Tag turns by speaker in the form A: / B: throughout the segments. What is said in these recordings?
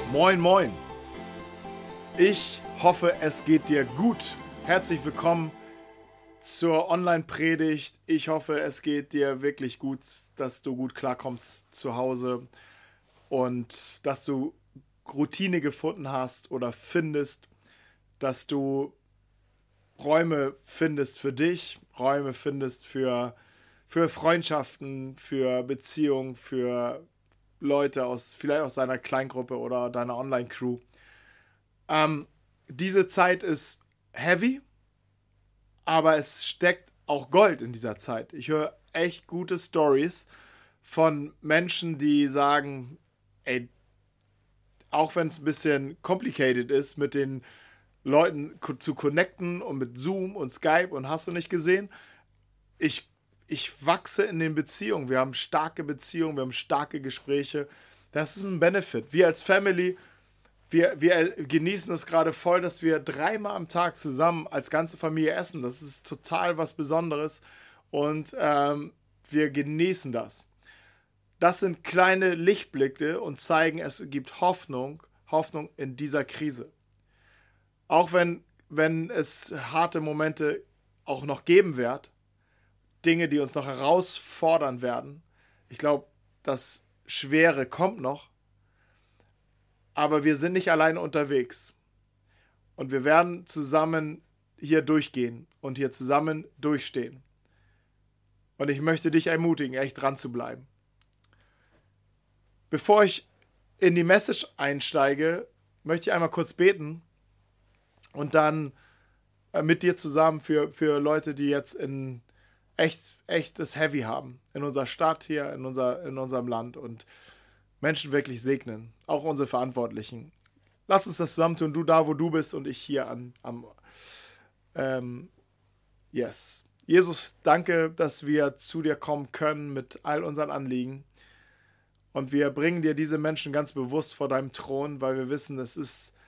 A: Moin, moin. Ich hoffe, es geht dir gut. Herzlich willkommen zur Online-Predigt. Ich hoffe, es geht dir wirklich gut, dass du gut klarkommst zu Hause und dass du Routine gefunden hast oder findest, dass du Räume findest für dich, Räume findest für Freundschaften, für Beziehungen, für Leute vielleicht aus deiner Kleingruppe oder deiner Online-Crew. Diese Zeit ist heavy, aber es steckt auch Gold in dieser Zeit. Ich höre echt gute Stories von Menschen, die sagen, ey, auch wenn es ein bisschen complicated ist, mit den Leuten zu connecten und mit Zoom und Skype und hast du nicht gesehen, ich wachse in den Beziehungen. Wir haben starke Beziehungen, wir haben starke Gespräche. Das ist ein Benefit. Wir als Family, wir genießen es gerade voll, dass wir 3-mal am Tag zusammen als ganze Familie essen. Das ist total was Besonderes und wir genießen das. Das sind kleine Lichtblicke und zeigen, es gibt Hoffnung in dieser Krise. Auch wenn es harte Momente auch noch geben wird, Dinge, die uns noch herausfordern werden. Ich glaube, das Schwere kommt noch, aber wir sind nicht alleine unterwegs. Und wir werden zusammen hier durchgehen und hier zusammen durchstehen. Und ich möchte dich ermutigen, echt dran zu bleiben. Bevor ich in die Message einsteige, möchte ich einmal kurz beten und dann mit dir zusammen für Leute, die jetzt in echt das Heavy haben. In unserer Stadt hier, in unserem Land und Menschen wirklich segnen. Auch unsere Verantwortlichen. Lass uns das zusammentun. Du da, wo du bist und ich hier Yes. Jesus, danke, dass wir zu dir kommen können mit all unseren Anliegen. Und wir bringen dir diese Menschen ganz bewusst vor deinem Thron, weil wir wissen, dass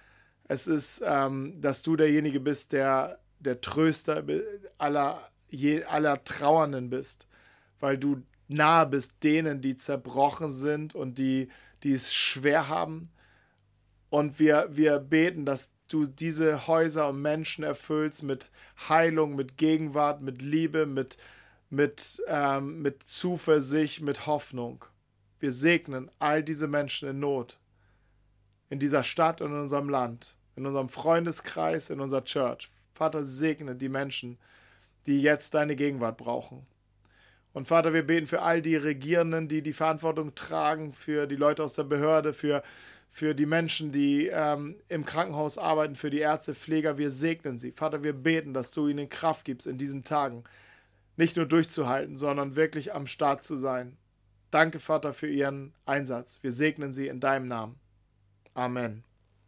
A: du derjenige bist, der Tröster aller Trauernden bist, weil du nahe bist denen, die zerbrochen sind und die es schwer haben. Und wir beten, dass du diese Häuser und Menschen erfüllst mit Heilung, mit Gegenwart, mit Liebe, mit Zuversicht, mit Hoffnung. Wir segnen all diese Menschen in Not, in dieser Stadt und in unserem Land, in unserem Freundeskreis, in unserer Church. Vater, segne die Menschen, die jetzt deine Gegenwart brauchen. Und Vater, wir beten für all die Regierenden, die die Verantwortung tragen, für die Leute aus der Behörde, für die Menschen, die im Krankenhaus arbeiten, für die Ärzte, Pfleger. Wir segnen sie. Vater, wir beten, dass du ihnen Kraft gibst in diesen Tagen, nicht nur durchzuhalten, sondern wirklich am Start zu sein. Danke, Vater, für ihren Einsatz. Wir segnen sie in deinem Namen. Amen.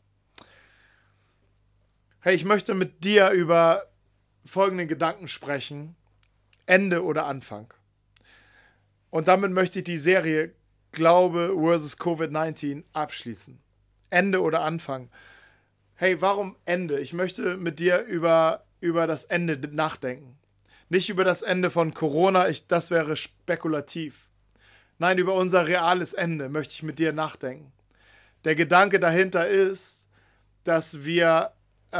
A: Hey, ich möchte mit dir über folgenden Gedanken sprechen: Ende oder Anfang. Und damit möchte ich die Serie Glaube versus Covid-19 abschließen. Ende oder Anfang. Hey, warum Ende? Ich möchte mit dir über das Ende nachdenken. Nicht über das Ende von Corona, das wäre spekulativ. Nein, über unser reales Ende möchte ich mit dir nachdenken. Der Gedanke dahinter ist, dass wir,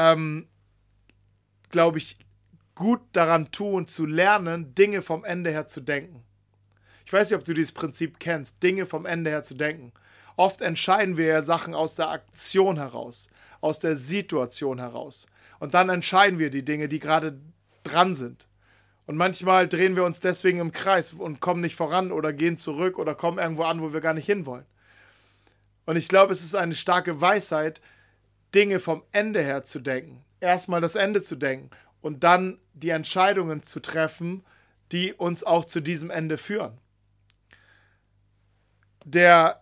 A: glaube ich, gut daran tun, zu lernen, Dinge vom Ende her zu denken. Ich weiß nicht, ob du dieses Prinzip kennst, Dinge vom Ende her zu denken. Oft entscheiden wir ja Sachen aus der Aktion heraus, aus der Situation heraus. Und dann entscheiden wir die Dinge, die gerade dran sind. Und manchmal drehen wir uns deswegen im Kreis und kommen nicht voran oder gehen zurück oder kommen irgendwo an, wo wir gar nicht hinwollen. Und ich glaube, es ist eine starke Weisheit, Dinge vom Ende her zu denken. Erstmal das Ende zu denken und dann die Entscheidungen zu treffen, die uns auch zu diesem Ende führen. Der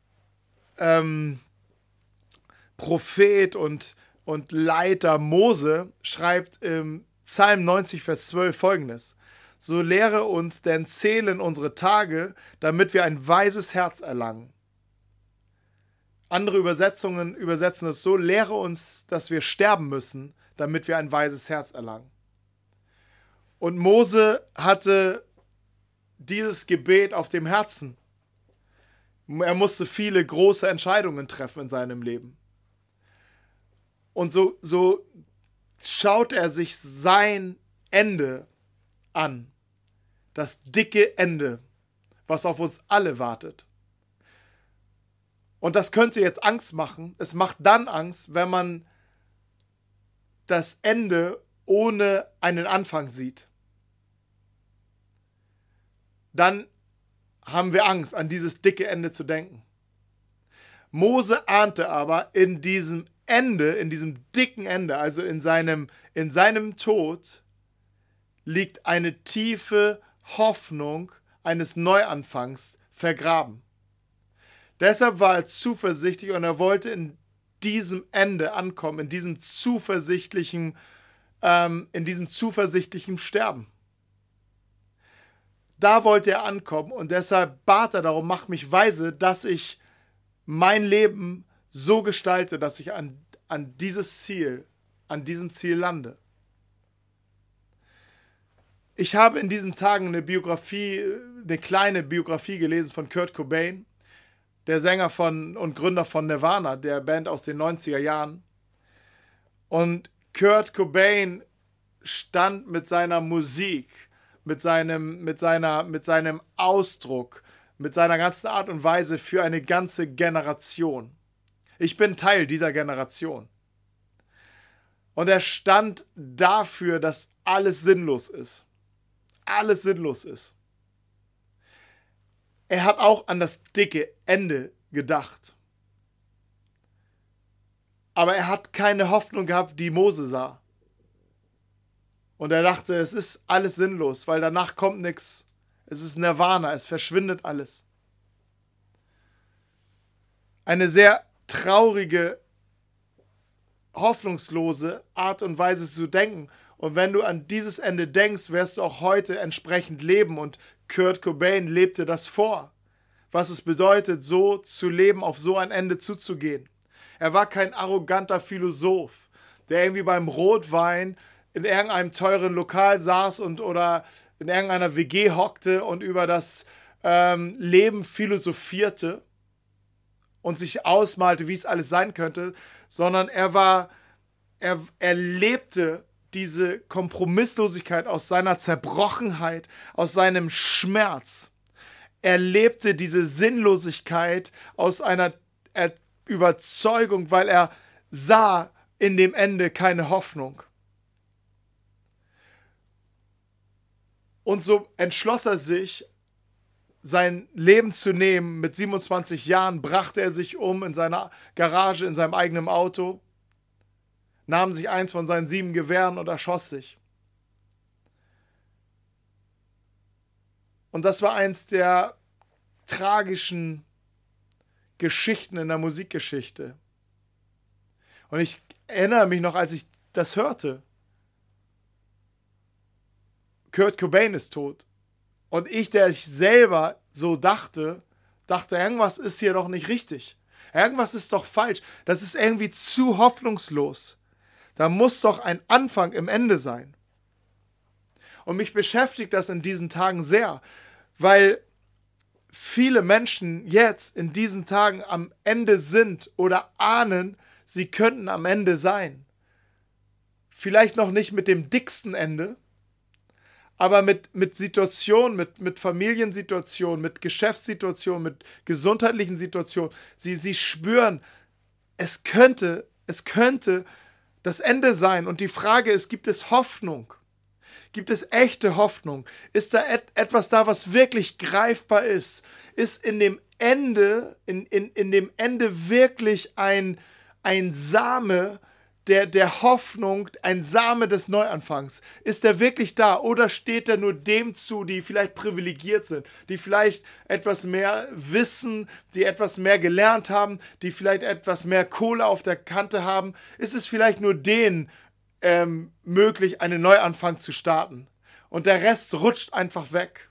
A: Prophet und Leiter Mose schreibt im Psalm 90, Vers 12 folgendes: So lehre uns denn zählen unsere Tage, damit wir ein weises Herz erlangen. Andere Übersetzungen übersetzen es so: Lehre uns, dass wir sterben müssen, damit wir ein weises Herz erlangen. Und Mose hatte dieses Gebet auf dem Herzen. Er musste viele große Entscheidungen treffen in seinem Leben. Und so schaut er sich sein Ende an. Das dicke Ende, was auf uns alle wartet. Und das könnte jetzt Angst machen. Es macht dann Angst, wenn man das Ende ohne einen Anfang sieht. Dann haben wir Angst, an dieses dicke Ende zu denken. Mose ahnte aber in diesem Ende, in diesem dicken Ende, also in seinem Tod, liegt eine tiefe Hoffnung eines Neuanfangs vergraben. Deshalb war er zuversichtlich und er wollte in diesem Ende ankommen, in diesem zuversichtlichen Sterben. Da wollte er ankommen und deshalb bat er darum, mach mich weise, dass ich mein Leben so gestalte, dass ich an diesem Ziel lande. Ich habe in diesen Tagen eine kleine Biografie gelesen von Kurt Cobain, der Sänger und Gründer von Nirvana, der Band aus den 90er Jahren. Und Kurt Cobain stand mit seiner Musik, mit seinem Ausdruck, mit seiner ganzen Art und Weise für eine ganze Generation. Ich bin Teil dieser Generation. Und er stand dafür, dass alles sinnlos ist. Alles sinnlos ist. Er hat auch an das dicke Ende gedacht. Aber er hat keine Hoffnung gehabt, die Mose sah. Und er dachte, es ist alles sinnlos, weil danach kommt nichts. Es ist Nirvana, es verschwindet alles. Eine sehr traurige, hoffnungslose Art und Weise zu denken. Und wenn du an dieses Ende denkst, wirst du auch heute entsprechend leben. Und Kurt Cobain lebte das vor, was es bedeutet, so zu leben, auf so ein Ende zuzugehen. Er war kein arroganter Philosoph, der irgendwie beim Rotwein in irgendeinem teuren Lokal saß oder in irgendeiner WG hockte und über das Leben philosophierte und sich ausmalte, wie es alles sein könnte, sondern er lebte diese Kompromisslosigkeit aus seiner Zerbrochenheit, aus seinem Schmerz. Er lebte diese Sinnlosigkeit aus einer Überzeugung, weil er sah in dem Ende keine Hoffnung. Und so entschloss er sich, sein Leben zu nehmen. Mit 27 Jahren brachte er sich um in seiner Garage, in seinem eigenen Auto, nahm sich eins von seinen 7 Gewehren und erschoss sich. Und das war eins der tragischen Geschichten in der Musikgeschichte. Und ich erinnere mich noch, als ich das hörte. Kurt Cobain ist tot. Und der ich selber so dachte, irgendwas ist hier doch nicht richtig. Irgendwas ist doch falsch. Das ist irgendwie zu hoffnungslos. Da muss doch ein Anfang im Ende sein. Und mich beschäftigt das in diesen Tagen sehr, weil viele Menschen jetzt in diesen Tagen am Ende sind oder ahnen, sie könnten am Ende sein. Vielleicht noch nicht mit dem dicksten Ende, aber mit Situationen, mit Familiensituationen, mit Geschäftssituationen, mit gesundheitlichen Situationen. Sie spüren, es könnte das Ende sein. Und die Frage ist, gibt es Hoffnung? Gibt es echte Hoffnung? Ist da etwas da, was wirklich greifbar ist? Ist in dem Ende, in dem Ende wirklich ein Same der Hoffnung, ein Same des Neuanfangs? Ist der wirklich da oder steht er nur dem zu, die vielleicht privilegiert sind, die vielleicht etwas mehr wissen, die etwas mehr gelernt haben, die vielleicht etwas mehr Kohle auf der Kante haben? Ist es vielleicht nur denen möglich, einen Neuanfang zu starten? Und der Rest rutscht einfach weg.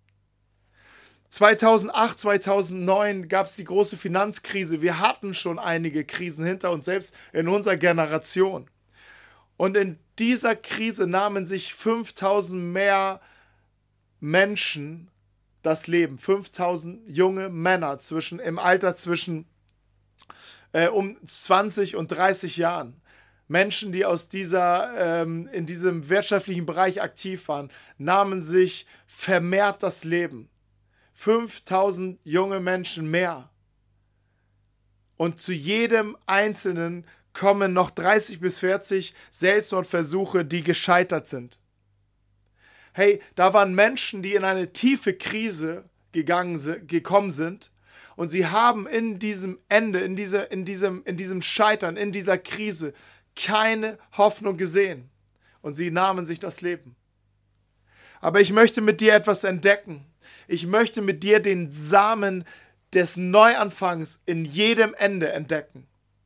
A: 2008, 2009 gab es die große Finanzkrise. Wir hatten schon einige Krisen hinter uns, selbst in unserer Generation. Und in dieser Krise nahmen sich 5000 mehr Menschen das Leben. 5000 junge Männer im Alter zwischen um 20 und 30 Jahren. Menschen, die in diesem wirtschaftlichen Bereich aktiv waren, nahmen sich vermehrt das Leben. 5000 junge Menschen mehr. Und zu jedem Einzelnen kommen noch 30 bis 40 Selbstmordversuche, die gescheitert sind. Hey, da waren Menschen, die in eine tiefe Krise gekommen sind, und sie haben in diesem Ende, in diesem Scheitern, in dieser Krise keine Hoffnung gesehen. Und sie nahmen sich das Leben. Aber ich möchte mit dir etwas entdecken. Ich möchte mit dir den Samen des Neuanfangs in jedem Ende entdecken.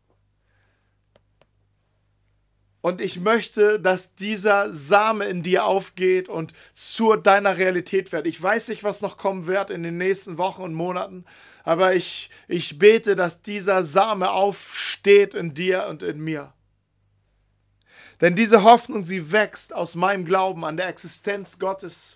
A: Und ich möchte, dass dieser Same in dir aufgeht und zu deiner Realität wird. Ich weiß nicht, was noch kommen wird in den nächsten Wochen und Monaten, aber ich bete, dass dieser Same aufsteht in dir und in mir. Denn diese Hoffnung, sie wächst aus meinem Glauben an der Existenz Gottes,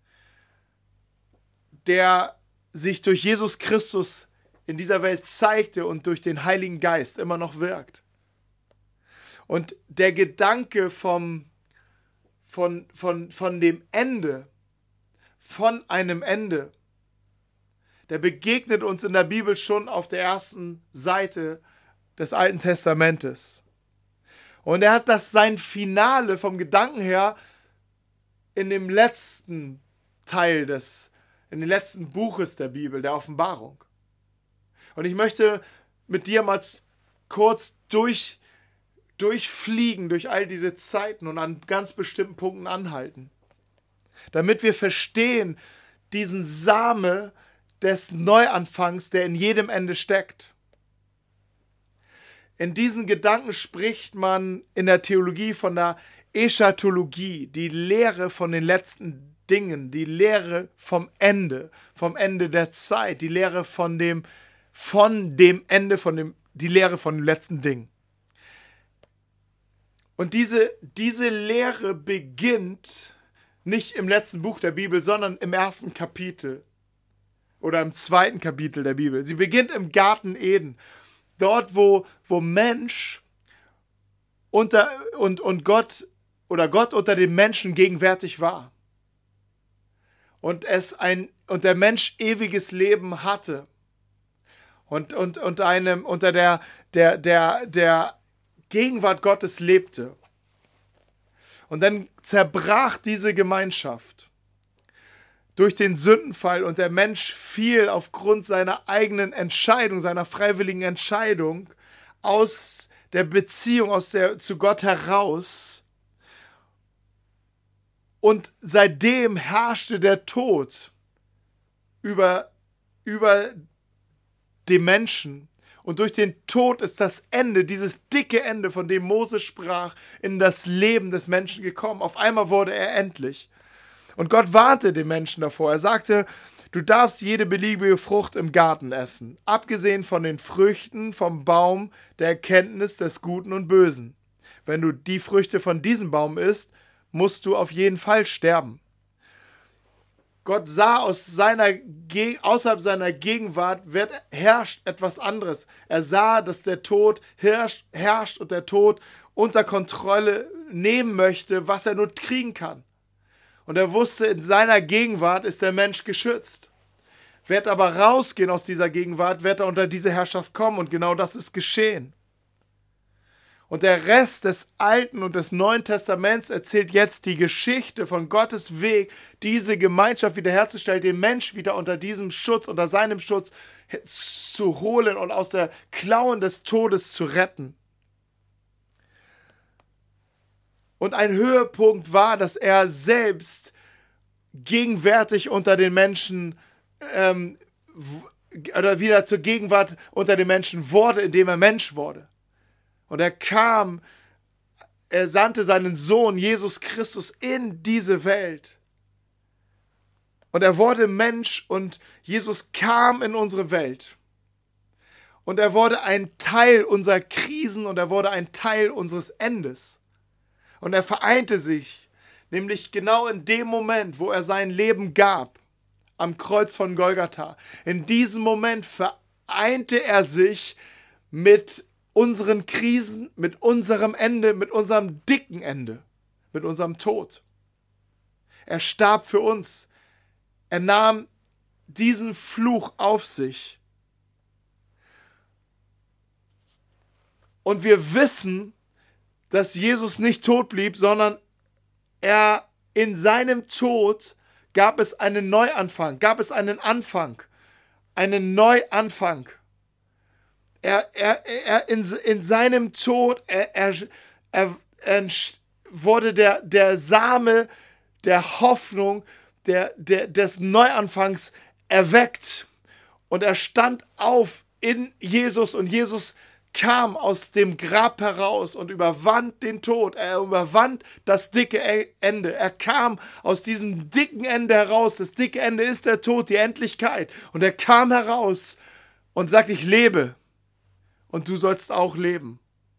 A: der sich durch Jesus Christus in dieser Welt zeigte und durch den Heiligen Geist immer noch wirkt. Und der Gedanke von dem Ende, von einem Ende, der begegnet uns in der Bibel schon auf der ersten Seite des Alten Testamentes. Und er hat sein Finale vom Gedanken her in dem letzten Teil in den letzten Buches der Bibel, der Offenbarung. Und ich möchte mit dir mal kurz durchfliegen durch all diese Zeiten und an ganz bestimmten Punkten anhalten. Damit wir verstehen, diesen Same des Neuanfangs, der in jedem Ende steckt. In diesen Gedanken spricht man in der Theologie von der Eschatologie, die Lehre von den letzten Dingen, die Lehre vom Ende der Zeit, die Lehre von dem Ende, die Lehre von den letzten Dingen. Und diese Lehre beginnt nicht im letzten Buch der Bibel, sondern im ersten Kapitel oder im zweiten Kapitel der Bibel. Sie beginnt im Garten Eden, dort wo Mensch und Gott unter dem Menschen gegenwärtig war. Und der Mensch ewiges Leben hatte. Und unter der Gegenwart Gottes lebte. Und dann zerbrach diese Gemeinschaft durch den Sündenfall und der Mensch fiel aufgrund seiner eigenen Entscheidung, seiner freiwilligen Entscheidung aus der Beziehung zu Gott heraus. Und seitdem herrschte der Tod über dem Menschen. Und durch den Tod ist das Ende, dieses dicke Ende, von dem Mose sprach, in das Leben des Menschen gekommen. Auf einmal wurde er endlich. Und Gott warnte den Menschen davor. Er sagte, du darfst jede beliebige Frucht im Garten essen, abgesehen von den Früchten vom Baum der Erkenntnis des Guten und Bösen. Wenn du die Früchte von diesem Baum isst, musst du auf jeden Fall sterben. Gott sah außerhalb seiner Gegenwart herrscht etwas anderes. Er sah, dass der Tod herrscht und der Tod unter Kontrolle nehmen möchte, was er nur kriegen kann. Und er wusste, in seiner Gegenwart ist der Mensch geschützt. Wird aber rausgehen aus dieser Gegenwart, wird er unter diese Herrschaft kommen. Und genau das ist geschehen. Und der Rest des Alten und des Neuen Testaments erzählt jetzt die Geschichte von Gottes Weg, diese Gemeinschaft wiederherzustellen, den Mensch wieder unter diesem Schutz, unter seinem Schutz zu holen und aus der Klauen des Todes zu retten. Und ein Höhepunkt war, dass er selbst gegenwärtig unter den Menschen oder wieder zur Gegenwart unter den Menschen wurde, indem er Mensch wurde. Und er sandte seinen Sohn Jesus Christus in diese Welt. Und er wurde Mensch und Jesus kam in unsere Welt. Und er wurde ein Teil unserer Krisen und er wurde ein Teil unseres Endes. Und er vereinte sich, nämlich genau in dem Moment, wo er sein Leben gab, am Kreuz von Golgatha. In diesem Moment vereinte er sich mit unseren Krisen, mit unserem Ende, mit unserem dicken Ende, mit unserem Tod. Er starb für uns. Er nahm diesen Fluch auf sich. Und wir wissen, dass Jesus nicht tot blieb, sondern in seinem Tod gab es einen Neuanfang, gab es einen Anfang, einen Neuanfang. In seinem Tod wurde der Same der Hoffnung, des Neuanfangs erweckt. Und er stand auf in Jesus und Jesus kam aus dem Grab heraus und überwand den Tod. Er überwand das dicke Ende. Er kam aus diesem dicken Ende heraus. Das dicke Ende ist der Tod, die Endlichkeit. Und er kam heraus und sagt, ich lebe. Und du sollst auch leben.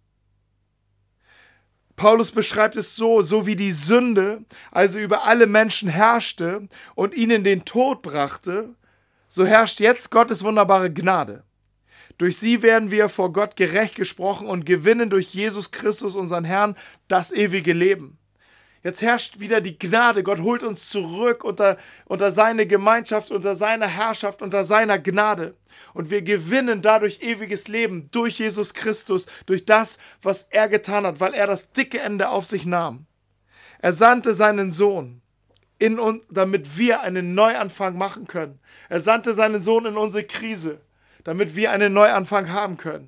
A: Paulus beschreibt es so wie die Sünde, also über alle Menschen herrschte und ihnen den Tod brachte, so herrscht jetzt Gottes wunderbare Gnade. Durch sie werden wir vor Gott gerecht gesprochen und gewinnen durch Jesus Christus, unseren Herrn, das ewige Leben. Jetzt herrscht wieder die Gnade. Gott holt uns zurück unter seine Gemeinschaft, unter seine Herrschaft, unter seiner Gnade. Und wir gewinnen dadurch ewiges Leben durch Jesus Christus, durch das, was er getan hat, weil er das dicke Ende auf sich nahm. Er sandte seinen Sohn, damit wir einen Neuanfang machen können. Er sandte seinen Sohn in unsere Krise, damit wir einen Neuanfang haben können.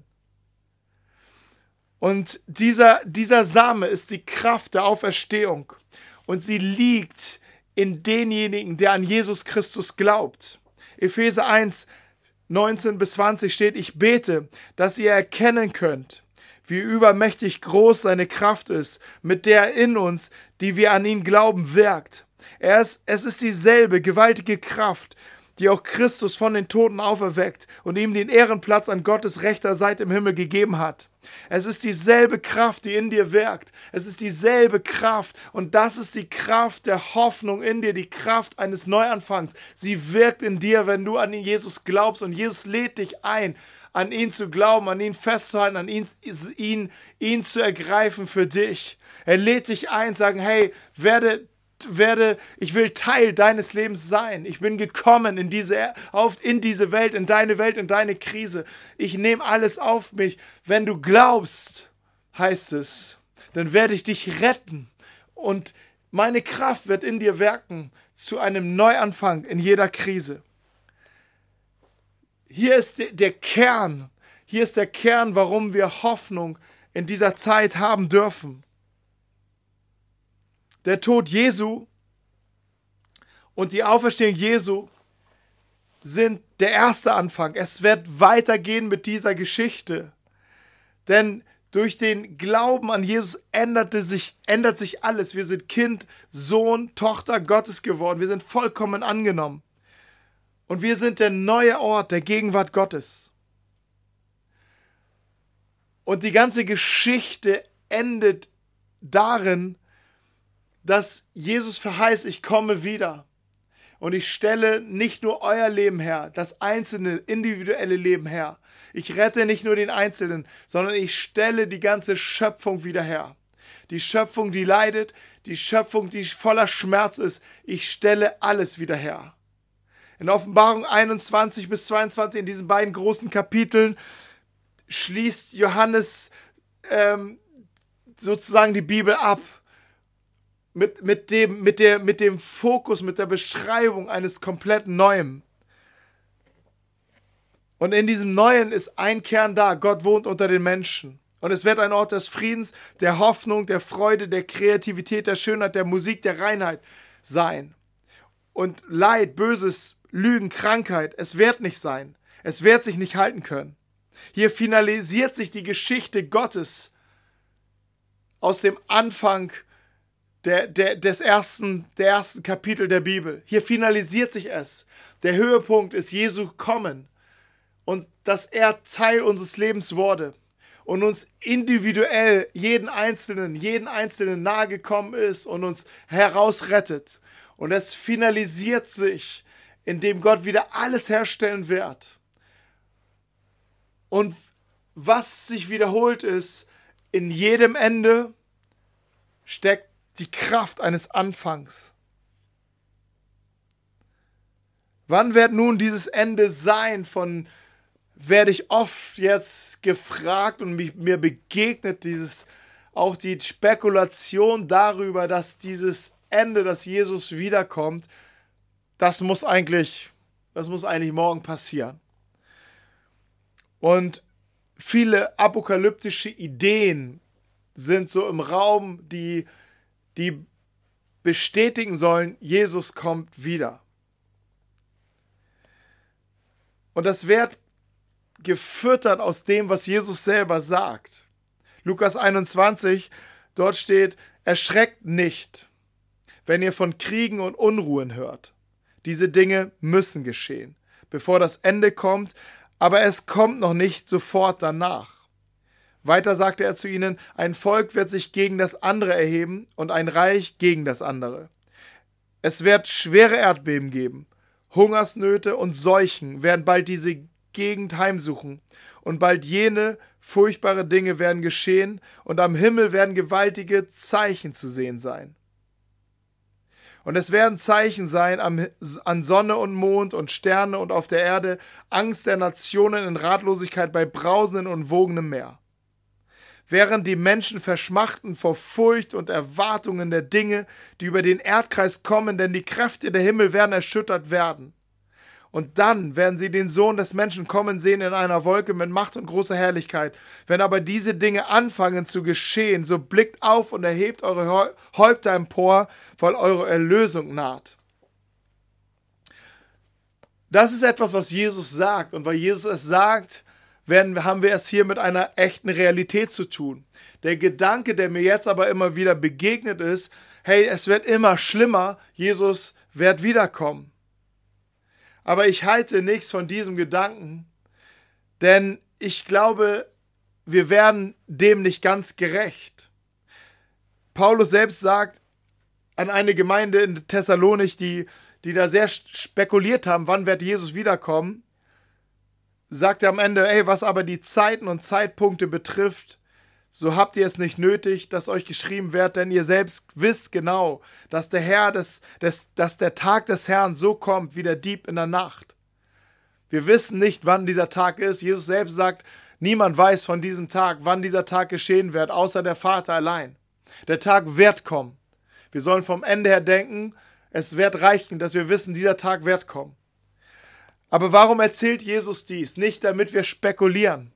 A: Und dieser Same ist die Kraft der Auferstehung. Und sie liegt in denjenigen, der an Jesus Christus glaubt. Epheser 1, 19 bis 20 steht, ich bete, dass ihr erkennen könnt, wie übermächtig groß seine Kraft ist, mit der er in uns, die wir an ihn glauben, wirkt. Es ist dieselbe gewaltige Kraft, die auch Christus von den Toten auferweckt und ihm den Ehrenplatz an Gottes rechter Seite im Himmel gegeben hat. Es ist dieselbe Kraft, die in dir wirkt. Es ist dieselbe Kraft und das ist die Kraft der Hoffnung in dir, die Kraft eines Neuanfangs. Sie wirkt in dir, wenn du an Jesus glaubst und Jesus lädt dich ein, an ihn zu glauben, an ihn festzuhalten, an ihn zu ergreifen für dich. Er lädt dich ein, sagen, hey, ich will Teil deines Lebens sein. Ich bin gekommen in diese Welt, in deine Krise. Ich nehme alles auf mich. Wenn du glaubst, heißt es, dann werde ich dich retten. Und meine Kraft wird in dir wirken zu einem Neuanfang in jeder Krise. Hier ist der Kern. Hier ist der Kern, warum wir Hoffnung in dieser Zeit haben dürfen. Der Tod Jesu und die Auferstehung Jesu sind der erste Anfang. Es wird weitergehen mit dieser Geschichte. Denn durch den Glauben an Jesus ändert sich alles. Wir sind Kind, Sohn, Tochter Gottes geworden. Wir sind vollkommen angenommen. Und wir sind der neue Ort der Gegenwart Gottes. Und die ganze Geschichte endet darin, dass Jesus verheißt, ich komme wieder. Und ich stelle nicht nur euer Leben her, das einzelne, individuelle Leben her. Ich rette nicht nur den Einzelnen, sondern ich stelle die ganze Schöpfung wieder her. Die Schöpfung, die leidet, die Schöpfung, die voller Schmerz ist. Ich stelle alles wieder her. In Offenbarung 21 bis 22, in diesen beiden großen Kapiteln, schließt Johannes sozusagen die Bibel ab. Mit dem Fokus, mit der Beschreibung eines komplett Neuem. Und in diesem Neuen ist ein Kern da. Gott wohnt unter den Menschen. Und es wird ein Ort des Friedens, der Hoffnung, der Freude, der Kreativität, der Schönheit, der Musik, der Reinheit sein. Und Leid, Böses, Lügen, Krankheit, es wird nicht sein. Es wird sich nicht halten können. Hier finalisiert sich die Geschichte Gottes aus dem Anfang der ersten Kapitel der Bibel. Hier finalisiert sich es. Der Höhepunkt ist Jesu Kommen und dass er Teil unseres Lebens wurde und uns individuell jeden Einzelnen nahegekommen ist und uns herausrettet. Und es finalisiert sich in dem Gott wieder alles herstellen wird. Und was sich wiederholt ist, in jedem Ende steckt die Kraft eines Anfangs. Wann wird nun dieses Ende sein? Werde ich oft jetzt gefragt und mir begegnet auch die Spekulation darüber, dass dieses Ende, dass Jesus wiederkommt, das muss eigentlich morgen passieren. Und viele apokalyptische Ideen sind so im Raum, die bestätigen sollen, Jesus kommt wieder. Und das wird gefüttert aus dem, was Jesus selber sagt. Lukas 21, dort steht: Erschreckt nicht, wenn ihr von Kriegen und Unruhen hört. Diese Dinge müssen geschehen, bevor das Ende kommt, aber es kommt noch nicht sofort danach. Weiter sagte er zu ihnen: Ein Volk wird sich gegen das andere erheben und ein Reich gegen das andere. Es wird schwere Erdbeben geben. Hungersnöte und Seuchen werden bald diese Gegend heimsuchen und bald jene furchtbare Dinge werden geschehen und am Himmel werden gewaltige Zeichen zu sehen sein. Und es werden Zeichen sein an Sonne und Mond und Sterne und auf der Erde, Angst der Nationen in Ratlosigkeit bei brausendem und wogendem Meer. Während die Menschen verschmachten vor Furcht und Erwartungen der Dinge, die über den Erdkreis kommen, denn die Kräfte der Himmel werden erschüttert werden. Und dann werden sie den Sohn des Menschen kommen sehen in einer Wolke mit Macht und großer Herrlichkeit. Wenn aber diese Dinge anfangen zu geschehen, so blickt auf und erhebt eure Häupter empor, weil eure Erlösung naht. Das ist etwas, was Jesus sagt. Und weil Jesus es sagt, haben wir es hier mit einer echten Realität zu tun. Der Gedanke, der mir jetzt aber immer wieder begegnet ist: Hey, es wird immer schlimmer, Jesus wird wiederkommen. Aber ich halte nichts von diesem Gedanken, denn ich glaube, wir werden dem nicht ganz gerecht. Paulus selbst sagt an eine Gemeinde in Thessalonich, die da sehr spekuliert haben, wann wird Jesus wiederkommen, sagt er am Ende: Ey, was aber die Zeiten und Zeitpunkte betrifft, so habt ihr es nicht nötig, dass euch geschrieben wird, denn ihr selbst wisst genau, dass dass der Tag des Herrn so kommt wie der Dieb in der Nacht. Wir wissen nicht, wann dieser Tag ist. Jesus selbst sagt, niemand weiß von diesem Tag, wann dieser Tag geschehen wird, außer der Vater allein. Der Tag wird kommen. Wir sollen vom Ende her denken, es wird reichen, dass wir wissen, dieser Tag wird kommen. Aber warum erzählt Jesus dies? Nicht, damit wir spekulieren,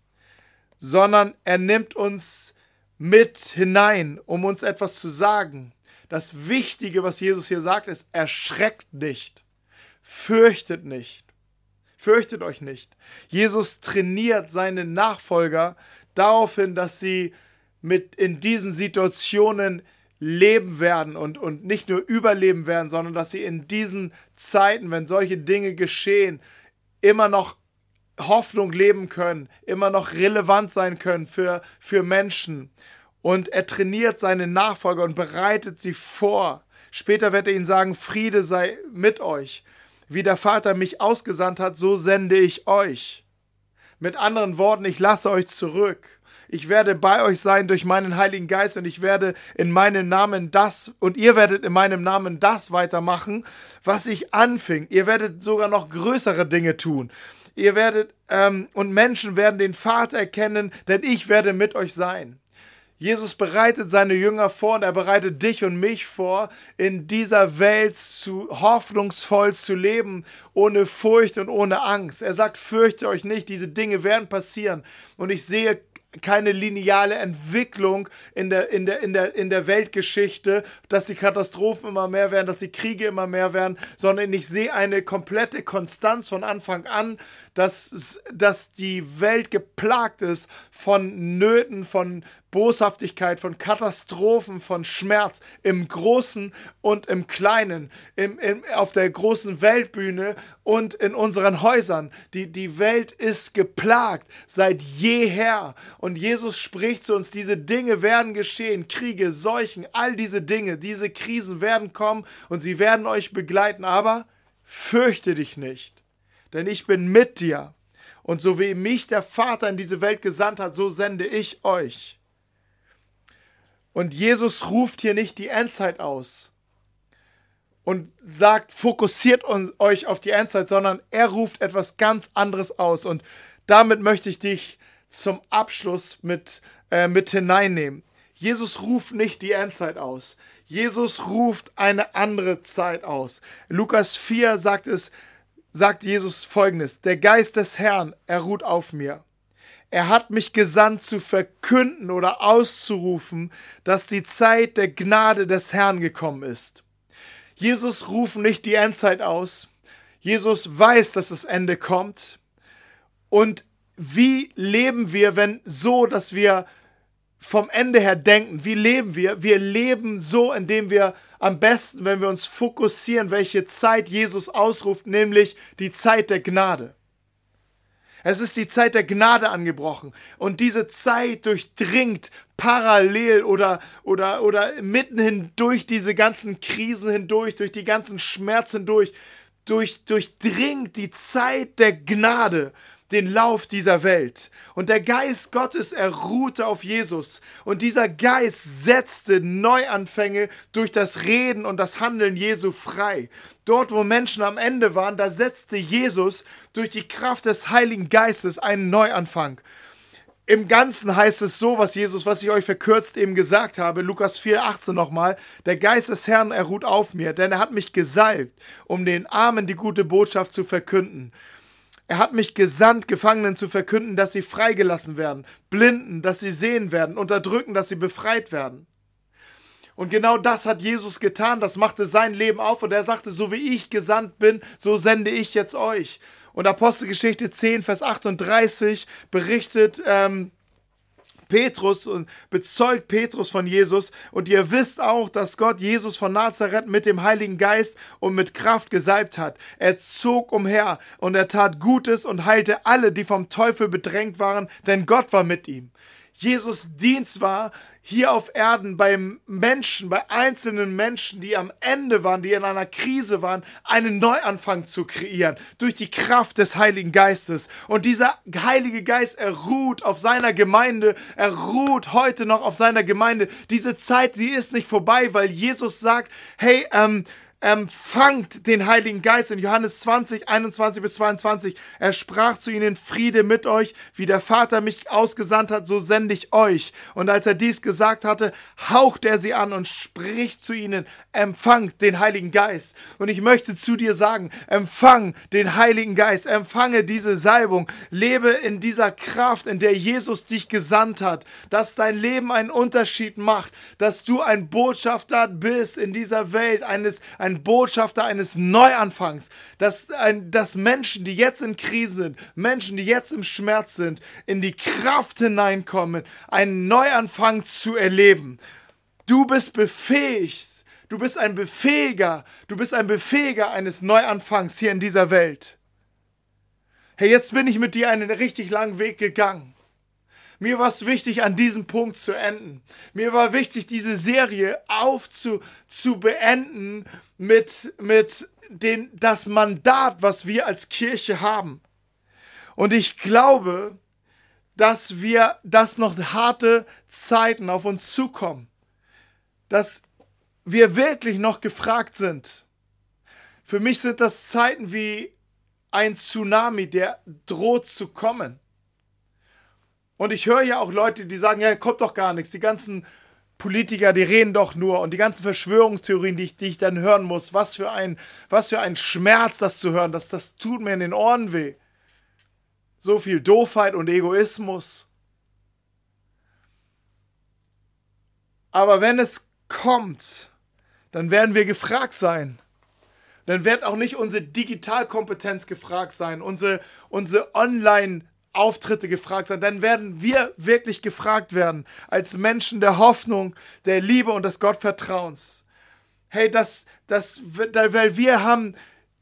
A: sondern er nimmt uns mit hinein, um uns etwas zu sagen. Das Wichtige, was Jesus hier sagt, ist: Erschreckt nicht, fürchtet nicht, fürchtet euch nicht. Jesus trainiert seine Nachfolger darauf hin, dass sie in diesen Situationen leben werden und nicht nur überleben werden, sondern dass sie in diesen Zeiten, wenn solche Dinge geschehen, immer noch Hoffnung leben können, immer noch relevant sein können für Menschen. Und er trainiert seine Nachfolger und bereitet sie vor. Später wird er ihnen sagen: Friede sei mit euch. Wie der Vater mich ausgesandt hat, so sende ich euch. Mit anderen Worten, ich lasse euch zurück. Ich werde bei euch sein durch meinen Heiligen Geist und ich werde in meinem Namen und ihr werdet in meinem Namen das weitermachen, was ich anfing. Ihr werdet sogar noch größere Dinge tun. Ihr werdet, und Menschen werden den Vater erkennen, denn ich werde mit euch sein. Jesus bereitet seine Jünger vor und er bereitet dich und mich vor, in dieser Welt hoffnungsvoll zu leben, ohne Furcht und ohne Angst. Er sagt: Fürchtet euch nicht, diese Dinge werden passieren. Und ich sehe keine lineare Entwicklung in der Weltgeschichte, dass die Katastrophen immer mehr werden, dass die Kriege immer mehr werden, sondern ich sehe eine komplette Konstanz von Anfang an, dass die Welt geplagt ist von Nöten, von Boshaftigkeit, von Katastrophen, von Schmerz, im Großen und im Kleinen, auf der großen Weltbühne und in unseren Häusern. Die Welt ist geplagt seit jeher. Und Jesus spricht zu uns: Diese Dinge werden geschehen, Kriege, Seuchen, all diese Dinge, diese Krisen werden kommen und sie werden euch begleiten. Aber fürchte dich nicht, denn ich bin mit dir. Und so wie mich der Vater in diese Welt gesandt hat, so sende ich euch. Und Jesus ruft hier nicht die Endzeit aus und sagt, fokussiert euch auf die Endzeit, sondern er ruft etwas ganz anderes aus. Und damit möchte ich dich zum Abschluss mit hineinnehmen. Jesus ruft nicht die Endzeit aus. Jesus ruft eine andere Zeit aus. In Lukas 4 sagt Jesus Folgendes: Der Geist des Herrn, er ruht auf mir. Er hat mich gesandt zu verkünden oder auszurufen, dass die Zeit der Gnade des Herrn gekommen ist. Jesus ruft nicht die Endzeit aus. Jesus weiß, dass das Ende kommt. Und wie leben wir, dass wir vom Ende her denken? Wie leben wir? Wir leben so, indem wir am besten, wenn wir uns fokussieren, welche Zeit Jesus ausruft, nämlich die Zeit der Gnade. Es ist die Zeit der Gnade angebrochen. Und diese Zeit durchdringt parallel oder mitten hindurch diese ganzen Krisen hindurch, durch die ganzen Schmerzen durchdringt die Zeit der Gnade den Lauf dieser Welt. Und der Geist Gottes, er ruhte auf Jesus. Und dieser Geist setzte Neuanfänge durch das Reden und das Handeln Jesu frei. Dort, wo Menschen am Ende waren, da setzte Jesus durch die Kraft des Heiligen Geistes einen Neuanfang. Im Ganzen heißt es so, was ich euch verkürzt eben gesagt habe, Lukas 4,18 nochmal: Der Geist des Herrn, er ruht auf mir, denn er hat mich gesalbt, um den Armen die gute Botschaft zu verkünden. Er hat mich gesandt, Gefangenen zu verkünden, dass sie freigelassen werden, Blinden, dass sie sehen werden, Unterdrückten, dass sie befreit werden. Und genau das hat Jesus getan, das machte sein Leben auf und er sagte, so wie ich gesandt bin, so sende ich jetzt euch. Und Apostelgeschichte 10, Vers 38 berichtet Petrus und bezeugt Petrus von Jesus: Und ihr wisst auch, dass Gott Jesus von Nazareth mit dem Heiligen Geist und mit Kraft gesalbt hat. Er zog umher und er tat Gutes und heilte alle, die vom Teufel bedrängt waren, denn Gott war mit ihm. Jesus' Dienst war, hier auf Erden bei einzelnen Menschen, die am Ende waren, die in einer Krise waren, einen Neuanfang zu kreieren, durch die Kraft des Heiligen Geistes. Und dieser Heilige Geist, er ruht auf seiner Gemeinde, er ruht heute noch auf seiner Gemeinde. Diese Zeit, sie ist nicht vorbei, weil Jesus sagt, hey, empfangt den Heiligen Geist in Johannes 20, 21 bis 22. Er sprach zu ihnen: Friede mit euch, wie der Vater mich ausgesandt hat, so sende ich euch. Und als er dies gesagt hatte, haucht er sie an und spricht zu ihnen: Empfangt den Heiligen Geist. Und ich möchte zu dir sagen, empfang den Heiligen Geist, empfange diese Salbung, lebe in dieser Kraft, in der Jesus dich gesandt hat, dass dein Leben einen Unterschied macht, dass du ein Botschafter bist in dieser Welt, ein Botschafter eines Neuanfangs, dass Menschen, die jetzt in Krise sind, Menschen, die jetzt im Schmerz sind, in die Kraft hineinkommen, einen Neuanfang zu erleben. Du bist befähigt, du bist ein Befähiger eines Neuanfangs hier in dieser Welt. Hey, jetzt bin ich mit dir einen richtig langen Weg gegangen. Mir war es wichtig, an diesem Punkt zu enden. Mir war wichtig, diese Serie zu beenden mit das Mandat, was wir als Kirche haben. Und ich glaube, dass noch harte Zeiten auf uns zukommen. Dass wir wirklich noch gefragt sind. Für mich sind das Zeiten wie ein Tsunami, der droht zu kommen. Und ich höre ja auch Leute, die sagen, ja, kommt doch gar nichts. Die ganzen Politiker, die reden doch nur. Und die ganzen Verschwörungstheorien, die ich dann hören muss. Was für ein Schmerz, das zu hören. Das tut mir in den Ohren weh. So viel Doofheit und Egoismus. Aber wenn es kommt, dann werden wir gefragt sein. Dann wird auch nicht unsere Digitalkompetenz gefragt sein, unsere Online-Auftritte gefragt sein. Dann werden wir wirklich gefragt werden, als Menschen der Hoffnung, der Liebe und des Gottvertrauens. Hey, weil wir haben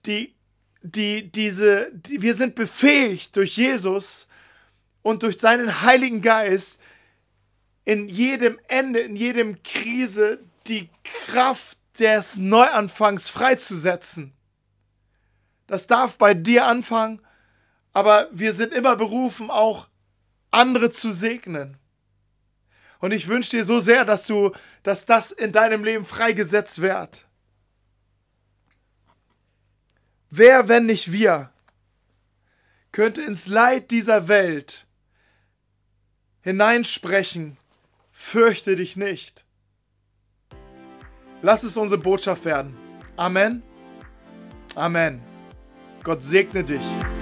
A: wir sind befähigt durch Jesus und durch seinen Heiligen Geist, in jedem Ende, in jedem Krise die Kraft des Neuanfangs freizusetzen. Das darf bei dir anfangen, aber wir sind immer berufen, auch andere zu segnen. Und ich wünsche dir so sehr, dass das in deinem Leben freigesetzt wird. Wer, wenn nicht wir, könnte ins Leid dieser Welt hineinsprechen, fürchte dich nicht. Lass es unsere Botschaft werden. Amen. Amen. Gott segne dich.